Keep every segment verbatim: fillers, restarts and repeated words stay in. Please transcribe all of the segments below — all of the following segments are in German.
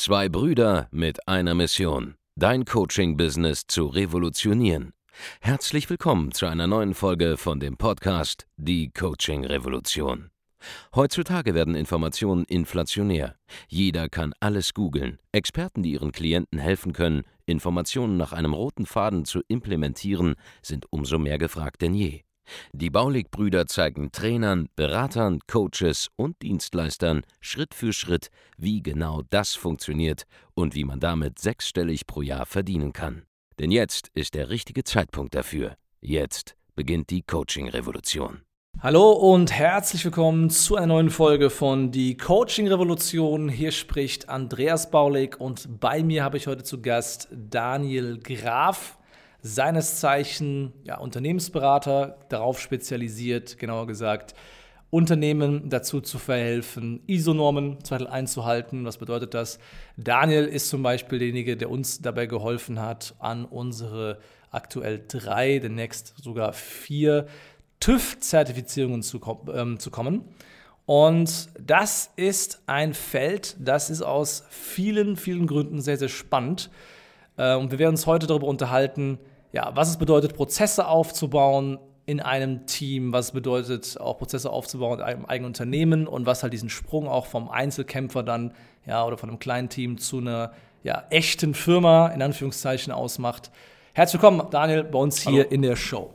Zwei Brüder mit einer Mission, dein Coaching-Business zu revolutionieren. Herzlich willkommen zu einer neuen Folge von dem Podcast Die Coaching-Revolution. Heutzutage werden Informationen inflationär. Jeder kann alles googeln. Experten, die ihren Klienten helfen können, Informationen nach einem roten Faden zu implementieren, sind umso mehr gefragt denn je. Die Baulig-Brüder zeigen Trainern, Beratern, Coaches und Dienstleistern Schritt für Schritt, wie genau das funktioniert und wie man damit sechsstellig pro Jahr verdienen kann. Denn jetzt ist der richtige Zeitpunkt dafür. Jetzt beginnt die Coaching-Revolution. Hallo und herzlich willkommen zu einer neuen Folge von Die Coaching-Revolution. Hier spricht Andreas Baulig und bei mir habe ich heute zu Gast Daniel Graf. Seines Zeichen ja, Unternehmensberater, darauf spezialisiert, genauer gesagt, Unternehmen dazu zu verhelfen, I S O-Normen einzuhalten. Was bedeutet das? Daniel ist zum Beispiel derjenige, der uns dabei geholfen hat, an unsere aktuell drei, demnächst sogar vier TÜV-Zertifizierungen zu, ähm, zu kommen. Und das ist ein Feld, das ist aus vielen, vielen Gründen sehr, sehr spannend. Äh, und wir werden uns heute darüber unterhalten, ja, was es bedeutet, Prozesse aufzubauen in einem Team, was es bedeutet, auch Prozesse aufzubauen in einem eigenen Unternehmen und was halt diesen Sprung auch vom Einzelkämpfer dann, ja, oder von einem kleinen Team zu einer, ja, echten Firma, in Anführungszeichen, ausmacht. Herzlich willkommen, Daniel, bei uns hier Hallo. In der Show.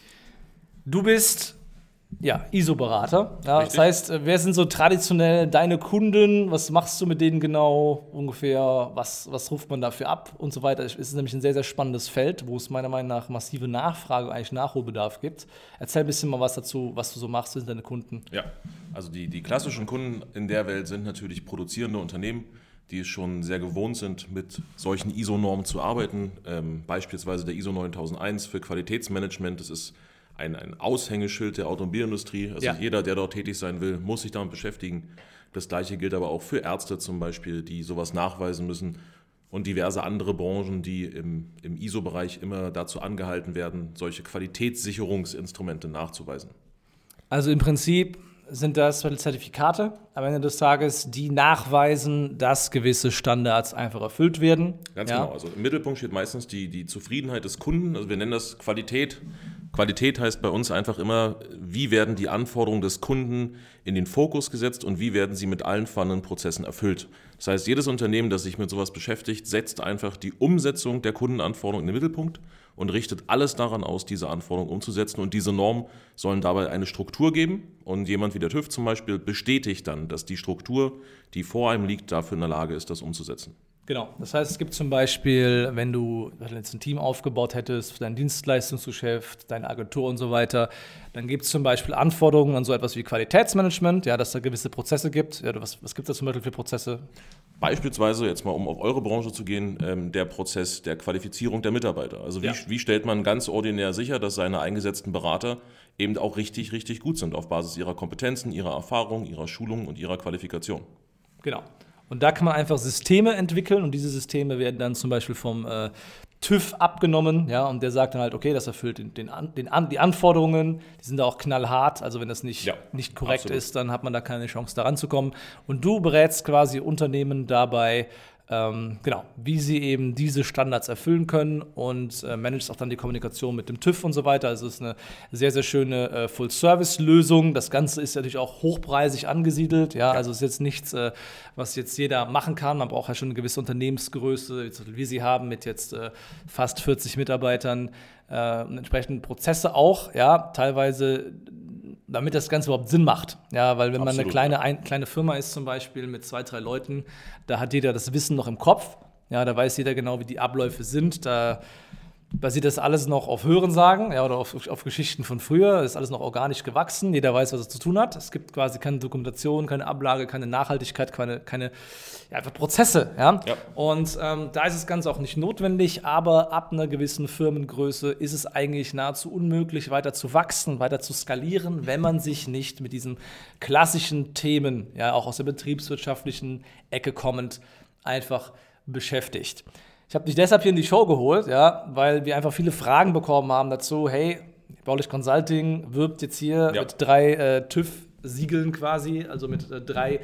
Du bist ja, I S O-Berater. Ja, das heißt, wer sind so traditionell deine Kunden? Was machst du mit denen genau ungefähr? Was, was ruft man dafür ab und so weiter? Es ist nämlich ein sehr, sehr spannendes Feld, wo es meiner Meinung nach massive Nachfrage, eigentlich Nachholbedarf gibt. Erzähl ein bisschen mal was dazu, was du so machst, was sind deine Kunden? Ja, also die, die klassischen Kunden in der Welt sind natürlich produzierende Unternehmen, die es schon sehr gewohnt sind, mit solchen I S O-Normen zu arbeiten. Ähm, beispielsweise der I S O neuntausendeins für Qualitätsmanagement. Das ist Ein, ein Aushängeschild der Automobilindustrie. Also ja. Jeder, der dort tätig sein will, muss sich damit beschäftigen. Das Gleiche gilt aber auch für Ärzte zum Beispiel, die sowas nachweisen müssen und diverse andere Branchen, die im, im I S O-Bereich immer dazu angehalten werden, solche Qualitätssicherungsinstrumente nachzuweisen. Also im Prinzip sind das Zertifikate am Ende des Tages, die nachweisen, dass gewisse Standards einfach erfüllt werden. Ganz ja. genau. Also im Mittelpunkt steht meistens die, die Zufriedenheit des Kunden. Also wir nennen das Qualität. Qualität heißt bei uns einfach immer, wie werden die Anforderungen des Kunden in den Fokus gesetzt und wie werden sie mit allen vorhandenen Prozessen erfüllt. Das heißt, jedes Unternehmen, das sich mit sowas beschäftigt, setzt einfach die Umsetzung der Kundenanforderungen in den Mittelpunkt und richtet alles daran aus, diese Anforderungen umzusetzen. Und diese Normen sollen dabei eine Struktur geben. Und jemand wie der TÜV zum Beispiel bestätigt dann, dass die Struktur, die vor einem liegt, dafür in der Lage ist, das umzusetzen. Genau, das heißt, es gibt zum Beispiel, wenn du jetzt ein Team aufgebaut hättest für dein Dienstleistungsgeschäft, deine Agentur und so weiter, dann gibt es zum Beispiel Anforderungen an so etwas wie Qualitätsmanagement, ja, dass da gewisse Prozesse gibt. Ja, was, was gibt es da zum Beispiel für Prozesse? Beispielsweise, jetzt mal um auf eure Branche zu gehen, ähm, der Prozess der Qualifizierung der Mitarbeiter. Also wie, ja. wie stellt man ganz ordinär sicher, dass seine eingesetzten Berater eben auch richtig, richtig gut sind auf Basis ihrer Kompetenzen, ihrer Erfahrung, ihrer Schulung und ihrer Qualifikation? Genau. Und da kann man einfach Systeme entwickeln und diese Systeme werden dann zum Beispiel vom äh, TÜV abgenommen, ja, und der sagt dann halt, okay, das erfüllt den, den, den, die Anforderungen, die sind da auch knallhart, also wenn das nicht, ja, nicht korrekt absolut. Ist, dann hat man da keine Chance, da ranzukommen. Und du berätst quasi Unternehmen dabei, ähm, genau, wie sie eben diese Standards erfüllen können und äh, managst auch dann die Kommunikation mit dem TÜV und so weiter. Also es ist eine sehr, sehr schöne äh, Full-Service-Lösung. Das Ganze ist natürlich auch hochpreisig angesiedelt. Ja, ja. Also es ist jetzt nichts, äh, was jetzt jeder machen kann. Man braucht ja schon eine gewisse Unternehmensgröße, wie wir sie haben, mit jetzt äh, fast vierzig Mitarbeitern äh, und entsprechende Prozesse auch, ja, teilweise, damit das Ganze überhaupt Sinn macht. Ja, weil wenn Absolut, man eine kleine, ein, kleine Firma ist zum Beispiel mit zwei, drei Leuten, da hat jeder das Wissen noch im Kopf. Ja, da weiß jeder genau, wie die Abläufe sind. Da basiert das alles noch auf Hörensagen, ja, oder auf, auf Geschichten von früher. Das ist alles noch organisch gewachsen. Jeder weiß, was es zu tun hat. Es gibt quasi keine Dokumentation, keine Ablage, keine Nachhaltigkeit, keine, keine ja, einfach Prozesse. Ja? Ja. Und ähm, da ist das Ganze auch nicht notwendig, aber ab einer gewissen Firmengröße ist es eigentlich nahezu unmöglich, weiter zu wachsen, weiter zu skalieren, wenn man sich nicht mit diesen klassischen Themen, ja, auch aus der betriebswirtschaftlichen Ecke kommend, einfach beschäftigt. Ich habe dich deshalb hier in die Show geholt, ja, weil wir einfach viele Fragen bekommen haben dazu, hey, Baulig Consulting wirbt jetzt hier ja. mit drei äh, TÜV-Siegeln quasi, also mit äh, drei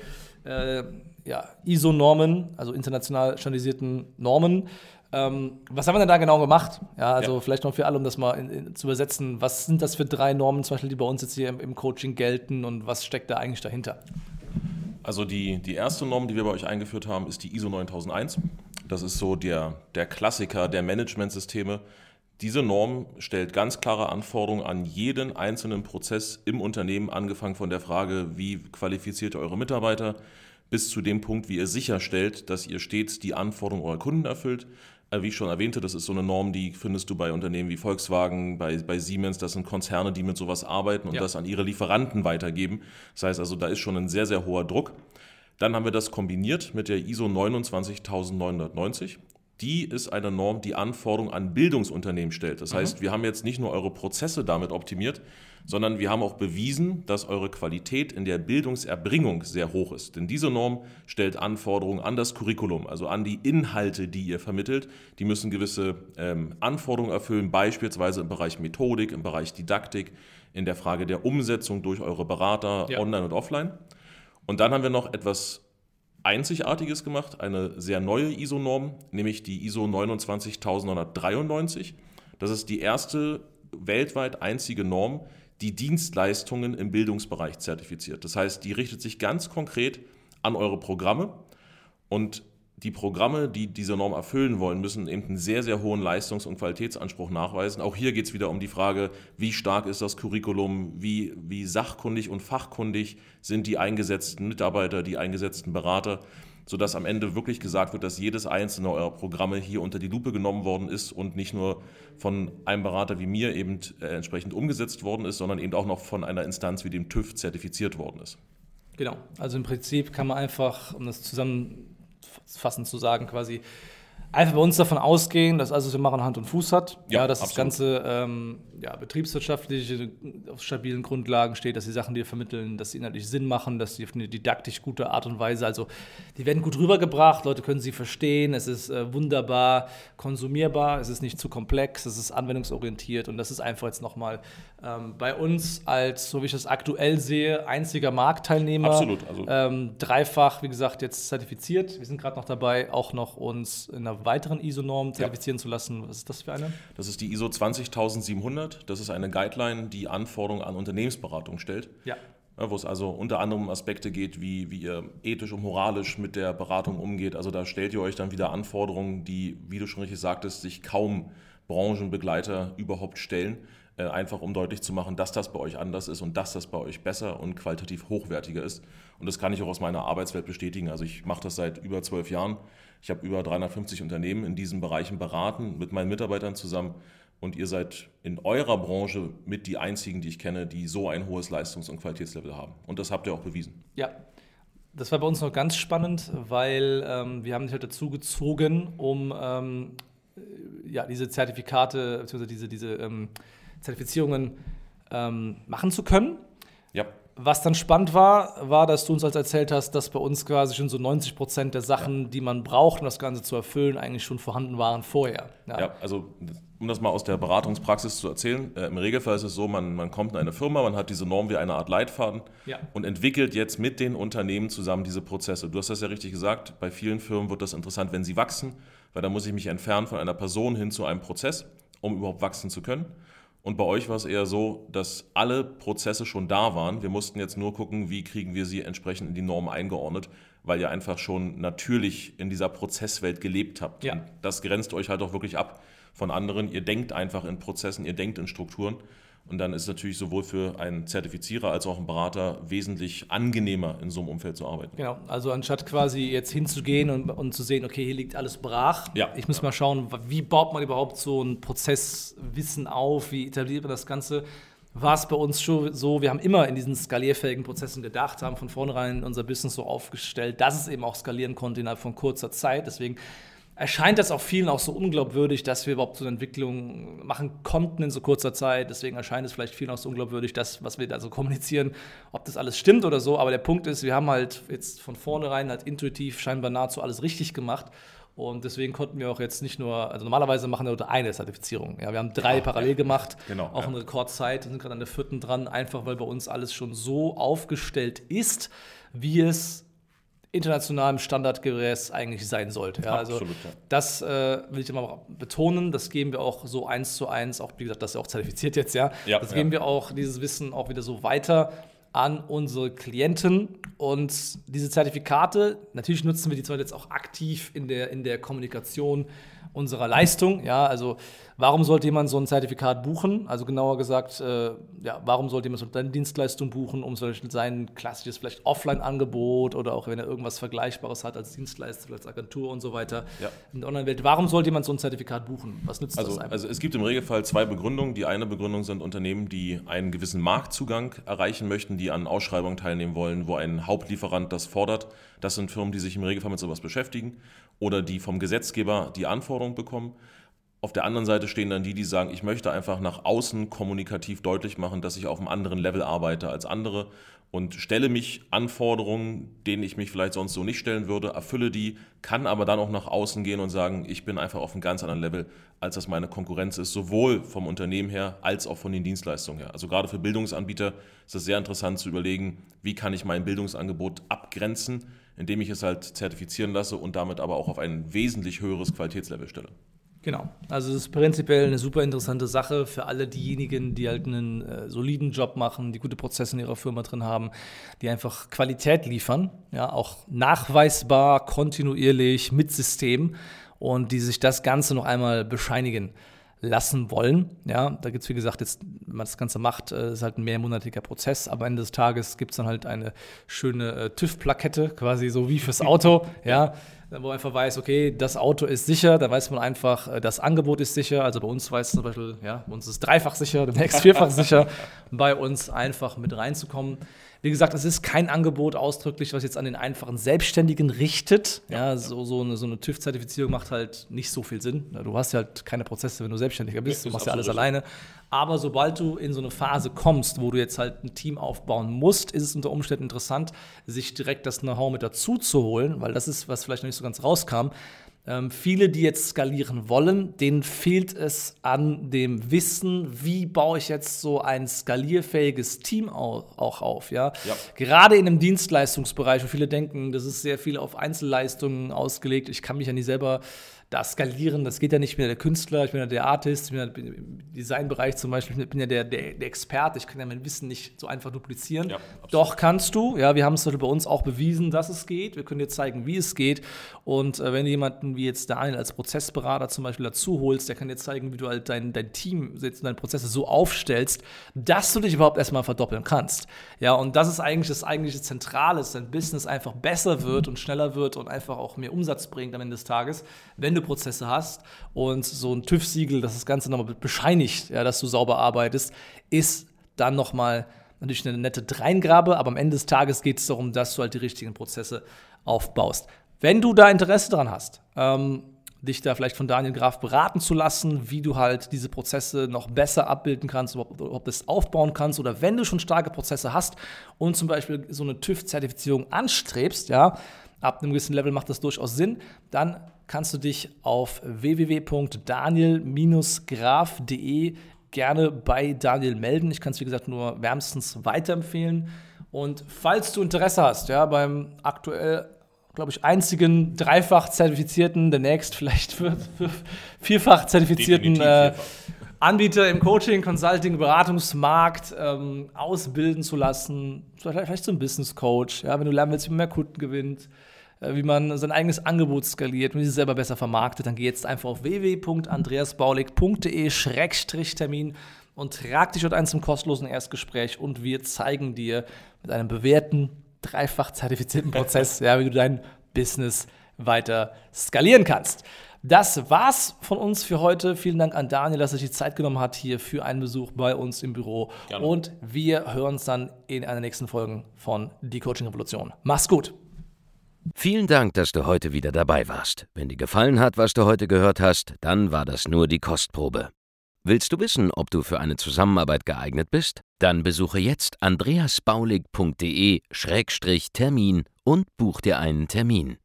äh, ja, I S O-Normen, also international standardisierten Normen. Ähm, was haben wir denn da genau gemacht? Ja, also ja. vielleicht noch für alle, um das mal in, in, zu übersetzen. Was sind das für drei Normen, zum Beispiel, die bei uns jetzt hier im, im Coaching gelten und was steckt da eigentlich dahinter? Also die, die erste Norm, die wir bei euch eingeführt haben, ist die I S O neuntausendeins. Das ist so der, der Klassiker der Managementsysteme. Diese Norm stellt ganz klare Anforderungen an jeden einzelnen Prozess im Unternehmen, angefangen von der Frage, wie qualifiziert ihr eure Mitarbeiter, bis zu dem Punkt, wie ihr sicherstellt, dass ihr stets die Anforderungen eurer Kunden erfüllt. Wie ich schon erwähnte, das ist so eine Norm, die findest du bei Unternehmen wie Volkswagen, bei, bei Siemens. Das sind Konzerne, die mit sowas arbeiten und ja. das an ihre Lieferanten weitergeben. Das heißt also, da ist schon ein sehr, sehr hoher Druck. Dann haben wir das kombiniert mit der I S O neunundzwanzigtausendneunhundertneunzig. Die ist eine Norm, die Anforderungen an Bildungsunternehmen stellt. Das heißt, mhm. wir haben jetzt nicht nur eure Prozesse damit optimiert, sondern wir haben auch bewiesen, dass eure Qualität in der Bildungserbringung sehr hoch ist. Denn diese Norm stellt Anforderungen an das Curriculum, also an die Inhalte, die ihr vermittelt. Die müssen gewisse ähm, Anforderungen erfüllen, beispielsweise im Bereich Methodik, im Bereich Didaktik, in der Frage der Umsetzung durch eure Berater, ja. online und offline. Und dann haben wir noch etwas Einzigartiges gemacht, eine sehr neue I S O-Norm, nämlich die I S O neunundzwanzigtausendneunhundertdreiundneunzig. Das ist die erste weltweit einzige Norm, die Dienstleistungen im Bildungsbereich zertifiziert. Das heißt, die richtet sich ganz konkret an eure Programme und die Programme, die diese Norm erfüllen wollen, müssen eben einen sehr, sehr hohen Leistungs- und Qualitätsanspruch nachweisen. Auch hier geht es wieder um die Frage, wie stark ist das Curriculum, wie, wie sachkundig und fachkundig sind die eingesetzten Mitarbeiter, die eingesetzten Berater, sodass am Ende wirklich gesagt wird, dass jedes einzelne eurer Programme hier unter die Lupe genommen worden ist und nicht nur von einem Berater wie mir eben äh, entsprechend umgesetzt worden ist, sondern eben auch noch von einer Instanz wie dem TÜV zertifiziert worden ist. Genau, also im Prinzip kann man einfach, um das zusammenfassend zu sagen, quasi einfach bei uns davon ausgehen, dass alles, was wir machen, Hand und Fuß hat. Ja, ja dass absolut. Das Ganze ähm, ja, betriebswirtschaftlich auf stabilen Grundlagen steht, dass die Sachen, die wir vermitteln, dass sie inhaltlich Sinn machen, dass sie auf eine didaktisch gute Art und Weise, also die werden gut rübergebracht, Leute können sie verstehen, es ist äh, wunderbar konsumierbar, es ist nicht zu komplex, es ist anwendungsorientiert und das ist einfach jetzt nochmal ähm, bei uns als, so wie ich das aktuell sehe, einziger Marktteilnehmer. Absolut. Also ähm, dreifach, wie gesagt, jetzt zertifiziert. Wir sind gerade noch dabei, auch noch uns in einer weiteren I S O-Norm zertifizieren ja. zu lassen. Was ist das für eine? Das ist die I S O zwanzigtausendsiebenhundert. Das ist eine Guideline, die Anforderungen an Unternehmensberatung stellt. Ja. Wo es also unter anderem um Aspekte geht, wie, wie ihr ethisch und moralisch mit der Beratung umgeht. Also da stellt ihr euch dann wieder Anforderungen, die, wie du schon richtig sagtest, sich kaum Branchenbegleiter überhaupt stellen. Äh, einfach um deutlich zu machen, dass das bei euch anders ist und dass das bei euch besser und qualitativ hochwertiger ist. Und das kann ich auch aus meiner Arbeitswelt bestätigen. Also ich mache das seit über zwölf Jahren. Ich habe über dreihundertfünfzig Unternehmen in diesen Bereichen beraten, mit meinen Mitarbeitern zusammen. Und ihr seid in eurer Branche mit die einzigen, die ich kenne, die so ein hohes Leistungs- und Qualitätslevel haben. Und das habt ihr auch bewiesen. Ja, das war bei uns noch ganz spannend, weil ähm, wir haben dich halt dazu gezogen, um ähm, ja, diese Zertifikate, beziehungsweise diese, diese ähm, Zertifizierungen ähm, machen zu können. Ja. Was dann spannend war, war, dass du uns als erzählt hast, dass bei uns quasi schon so neunzig Prozent der Sachen, ja. die man braucht, um das Ganze zu erfüllen, eigentlich schon vorhanden waren vorher. Ja, ja also um das mal aus der Beratungspraxis zu erzählen, äh, im Regelfall ist es so, man, man kommt in eine Firma, man hat diese Norm wie eine Art Leitfaden ja. und entwickelt jetzt mit den Unternehmen zusammen diese Prozesse. Du hast das ja richtig gesagt, bei vielen Firmen wird das interessant, wenn sie wachsen, weil da muss ich mich entfernen von einer Person hin zu einem Prozess, um überhaupt wachsen zu können. Und bei euch war es eher so, dass alle Prozesse schon da waren. Wir mussten jetzt nur gucken, wie kriegen wir sie entsprechend in die Norm eingeordnet, weil ihr einfach schon natürlich in dieser Prozesswelt gelebt habt. Ja. Und das grenzt euch halt auch wirklich ab von anderen. Ihr denkt einfach in Prozessen, ihr denkt in Strukturen. Und dann ist es natürlich sowohl für einen Zertifizierer als auch einen Berater wesentlich angenehmer, in so einem Umfeld zu arbeiten. Genau, also anstatt quasi jetzt hinzugehen und, und zu sehen, okay, hier liegt alles brach. Ja. Ich muss ja. mal schauen, wie baut man überhaupt so ein Prozesswissen auf, wie etabliert man das Ganze. War es bei uns schon so, wir haben immer in diesen skalierfähigen Prozessen gedacht, haben von vornherein unser Business so aufgestellt, dass es eben auch skalieren konnte innerhalb von kurzer Zeit. Deswegen erscheint das auch vielen auch so unglaubwürdig, dass wir überhaupt so eine Entwicklung machen konnten in so kurzer Zeit. Deswegen erscheint es vielleicht vielen auch so unglaubwürdig, das, was wir da so kommunizieren, ob das alles stimmt oder so. Aber der Punkt ist, wir haben halt jetzt von vornherein halt intuitiv scheinbar nahezu alles richtig gemacht. Und deswegen konnten wir auch jetzt nicht nur, also normalerweise machen wir nur eine Zertifizierung. Ja, wir haben drei ja, parallel ja. gemacht, genau, auch ja. in Rekordzeit, und sind gerade an der vierten dran, einfach weil bei uns alles schon so aufgestellt ist, wie es internationalem Standardgemäß eigentlich sein sollte. Ja, also Absolut, ja. Das äh, will ich immer auch betonen, das geben wir auch so eins zu eins, auch wie gesagt, das ist ja auch zertifiziert jetzt, ja. Ja, das ja. geben wir auch, dieses Wissen auch wieder so weiter an unsere Klienten und diese Zertifikate, natürlich nutzen wir die zwar jetzt auch aktiv in der, in der Kommunikation unserer Leistung, ja, also warum sollte jemand so ein Zertifikat buchen? Also genauer gesagt, äh, ja, warum sollte jemand so eine Dienstleistung buchen, um zum Beispiel sein klassisches vielleicht Offline-Angebot oder auch wenn er irgendwas Vergleichbares hat als Dienstleister, als Agentur und so weiter Ja. in der Online-Welt. Warum sollte jemand so ein Zertifikat buchen? Was nützt Also, das einem? also es gibt im Regelfall zwei Begründungen. Die eine Begründung sind Unternehmen, die einen gewissen Marktzugang erreichen möchten, die an Ausschreibungen teilnehmen wollen, wo ein Hauptlieferant das fordert. Das sind Firmen, die sich im Regelfall mit sowas beschäftigen oder die vom Gesetzgeber die Anforderungen bekommen. Auf der anderen Seite stehen dann die, die sagen, ich möchte einfach nach außen kommunikativ deutlich machen, dass ich auf einem anderen Level arbeite als andere und stelle mich Anforderungen, denen ich mich vielleicht sonst so nicht stellen würde, erfülle die, kann aber dann auch nach außen gehen und sagen, ich bin einfach auf einem ganz anderen Level, als das meine Konkurrenz ist, sowohl vom Unternehmen her als auch von den Dienstleistungen her. Also gerade für Bildungsanbieter ist es sehr interessant zu überlegen, wie kann ich mein Bildungsangebot abgrenzen, indem ich es halt zertifizieren lasse und damit aber auch auf ein wesentlich höheres Qualitätslevel stelle. Genau, also es ist prinzipiell eine super interessante Sache für alle diejenigen, die halt einen äh, soliden Job machen, die gute Prozesse in ihrer Firma drin haben, die einfach Qualität liefern, ja, auch nachweisbar, kontinuierlich, mit System und die sich das Ganze noch einmal bescheinigen lassen wollen. Ja, da gibt es, wie gesagt, jetzt, wenn man das Ganze macht, äh, ist halt ein mehrmonatiger Prozess, aber am Ende des Tages gibt es dann halt eine schöne äh, TÜV-Plakette, quasi so wie fürs Auto, ja, wo man einfach weiß, okay, das Auto ist sicher, da weiß man einfach, äh, das Angebot ist sicher, also bei uns weiß zum Beispiel, ja, bei uns ist dreifach sicher, demnächst vierfach sicher, bei uns einfach mit reinzukommen. Wie gesagt, es ist kein Angebot ausdrücklich, was jetzt an den einfachen Selbstständigen richtet. Ja, ja. So, so eine, so eine TÜV-Zertifizierung macht halt nicht so viel Sinn. Du hast ja halt keine Prozesse, wenn du Selbstständiger bist. Du machst ja alles alleine. Aber sobald du in so eine Phase kommst, wo du jetzt halt ein Team aufbauen musst, ist es unter Umständen interessant, sich direkt das Know-how mit dazu zu holen, weil das ist, was vielleicht noch nicht so ganz rauskam. Ähm, viele, die jetzt skalieren wollen, denen fehlt es an dem Wissen, wie baue ich jetzt so ein skalierfähiges Team au- auch auf. Ja? Ja. Gerade in einem Dienstleistungsbereich, wo viele denken, das ist sehr viel auf Einzelleistungen ausgelegt, ich kann mich ja nicht selber da skalieren, das geht ja nicht, ich bin ja der Künstler, ich bin ja der Artist, ich bin ja im Designbereich zum Beispiel, ich bin ja der, der, der Experte, ich kann ja mein Wissen nicht so einfach duplizieren. Ja, doch kannst du, ja, wir haben es bei uns auch bewiesen, dass es geht, wir können dir zeigen, wie es geht und äh, wenn du jemanden wie jetzt Daniel als Prozessberater zum Beispiel dazu holst, der kann dir zeigen, wie du halt dein, dein Team, deine Prozesse so aufstellst, dass du dich überhaupt erstmal verdoppeln kannst. Ja, und das ist eigentlich das eigentliche Zentrale, dass dein Business einfach besser wird und schneller wird und einfach auch mehr Umsatz bringt am Ende des Tages, wenn du Prozesse hast und so ein TÜV-Siegel, das das Ganze nochmal bescheinigt, ja, dass du sauber arbeitest, ist dann nochmal natürlich eine nette Dreingabe, aber am Ende des Tages geht es darum, dass du halt die richtigen Prozesse aufbaust. Wenn du da Interesse dran hast, ähm, dich da vielleicht von Daniel Graf beraten zu lassen, wie du halt diese Prozesse noch besser abbilden kannst, ob, ob das aufbauen kannst oder wenn du schon starke Prozesse hast und zum Beispiel so eine TÜV-Zertifizierung anstrebst, ja, ab einem gewissen Level macht das durchaus Sinn, dann kannst du dich auf w w w punkt daniel Bindestrich graf punkt de gerne bei Daniel melden. Ich kann es, wie gesagt, nur wärmstens weiterempfehlen. Und falls du Interesse hast, ja, beim aktuell, glaube ich, einzigen dreifach zertifizierten, demnächst vielleicht für, für vierfach zertifizierten äh, Anbieter im Coaching, Consulting, Beratungsmarkt ähm, ausbilden zu lassen, vielleicht so ein Business Coach, ja, wenn du lernen willst, wie man mehr Kunden gewinnt, wie man sein eigenes Angebot skaliert, wie man sich selber besser vermarktet, dann geh jetzt einfach auf w w w punkt andreas baulig punkt de Schrägstrich Termin und trag dich dort ein zum kostenlosen Erstgespräch und wir zeigen dir mit einem bewährten, dreifach zertifizierten Prozess, ja, wie du dein Business weiter skalieren kannst. Das war's von uns für heute. Vielen Dank an Daniel, dass er sich die Zeit genommen hat hier für einen Besuch bei uns im Büro. Gerne. Und wir hören uns dann in einer nächsten Folge von Die Coaching Revolution. Mach's gut! Vielen Dank, dass du heute wieder dabei warst. Wenn dir gefallen hat, was du heute gehört hast, dann war das nur die Kostprobe. Willst du wissen, ob du für eine Zusammenarbeit geeignet bist? Dann besuche jetzt andreas baulig punkt de Schrägstrich Termin und buch dir einen Termin.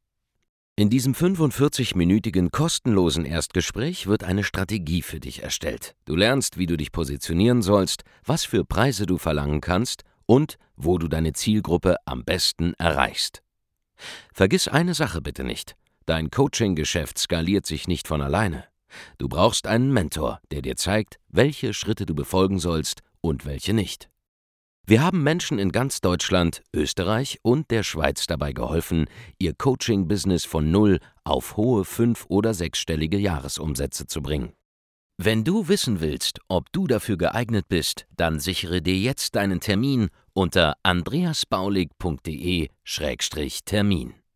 In diesem fünfundvierzig-minütigen kostenlosen Erstgespräch wird eine Strategie für dich erstellt. Du lernst, wie du dich positionieren sollst, was für Preise du verlangen kannst und wo du deine Zielgruppe am besten erreichst. Vergiss eine Sache bitte nicht: Dein Coaching-Geschäft skaliert sich nicht von alleine. Du brauchst einen Mentor, der dir zeigt, welche Schritte du befolgen sollst und welche nicht. Wir haben Menschen in ganz Deutschland, Österreich und der Schweiz dabei geholfen, ihr Coaching-Business von null auf hohe fünf- oder sechsstellige Jahresumsätze zu bringen. Wenn du wissen willst, ob du dafür geeignet bist, dann sichere dir jetzt deinen Termin unter andreasbaulig punkt de Schrägstrich Termin.